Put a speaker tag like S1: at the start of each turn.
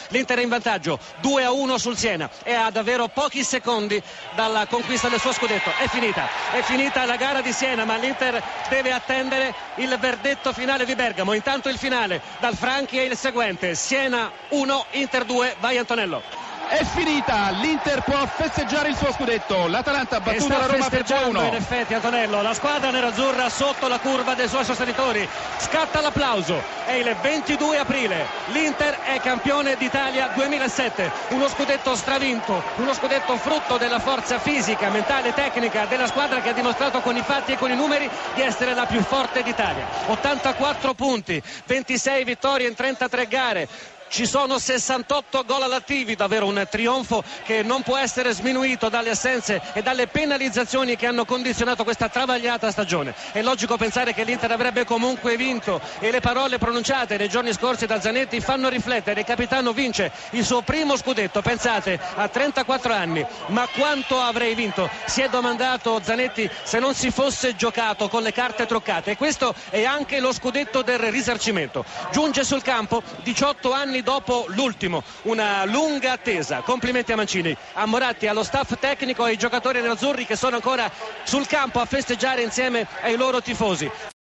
S1: L'Inter è in vantaggio 2-1 sul Siena e a davvero pochi secondi dalla conquista del suo scudetto. È finita la gara di Siena, ma l'Inter deve attendere il verdetto finale di Bergamo. Intanto il finale dal Franchi è il seguente: Siena 1, Inter 2. Vai Antonello.
S2: È finita, l'Inter può festeggiare il suo scudetto. L'Atalanta ha battuto la Roma per 2-1.
S1: In effetti Antonello, la squadra nerazzurra sotto la curva dei suoi sostenitori. Scatta l'applauso. È il 22 aprile. L'Inter è campione d'Italia 2007. Uno scudetto stravinto, uno scudetto frutto della forza fisica, mentale e tecnica della squadra, che ha dimostrato con i fatti e con i numeri di essere la più forte d'Italia. 84 punti, 26 vittorie in 33 gare. Ci sono 68 gol all'attivi, davvero un trionfo che non può essere sminuito dalle assenze e dalle penalizzazioni che hanno condizionato questa travagliata stagione. È logico pensare che l'Inter avrebbe comunque vinto, e le parole pronunciate nei giorni scorsi da Zanetti fanno riflettere. Il capitano vince il suo primo scudetto, pensate, a 34 anni. Ma quanto avrei vinto? Si è domandato Zanetti se non si fosse giocato con le carte truccate, e questo è anche lo scudetto del risarcimento. Giunge sul campo 18 anni dopo l'ultimo, una lunga attesa. Complimenti a Mancini, a Moratti, allo staff tecnico e ai giocatori nerazzurri che sono ancora sul campo a festeggiare insieme ai loro tifosi.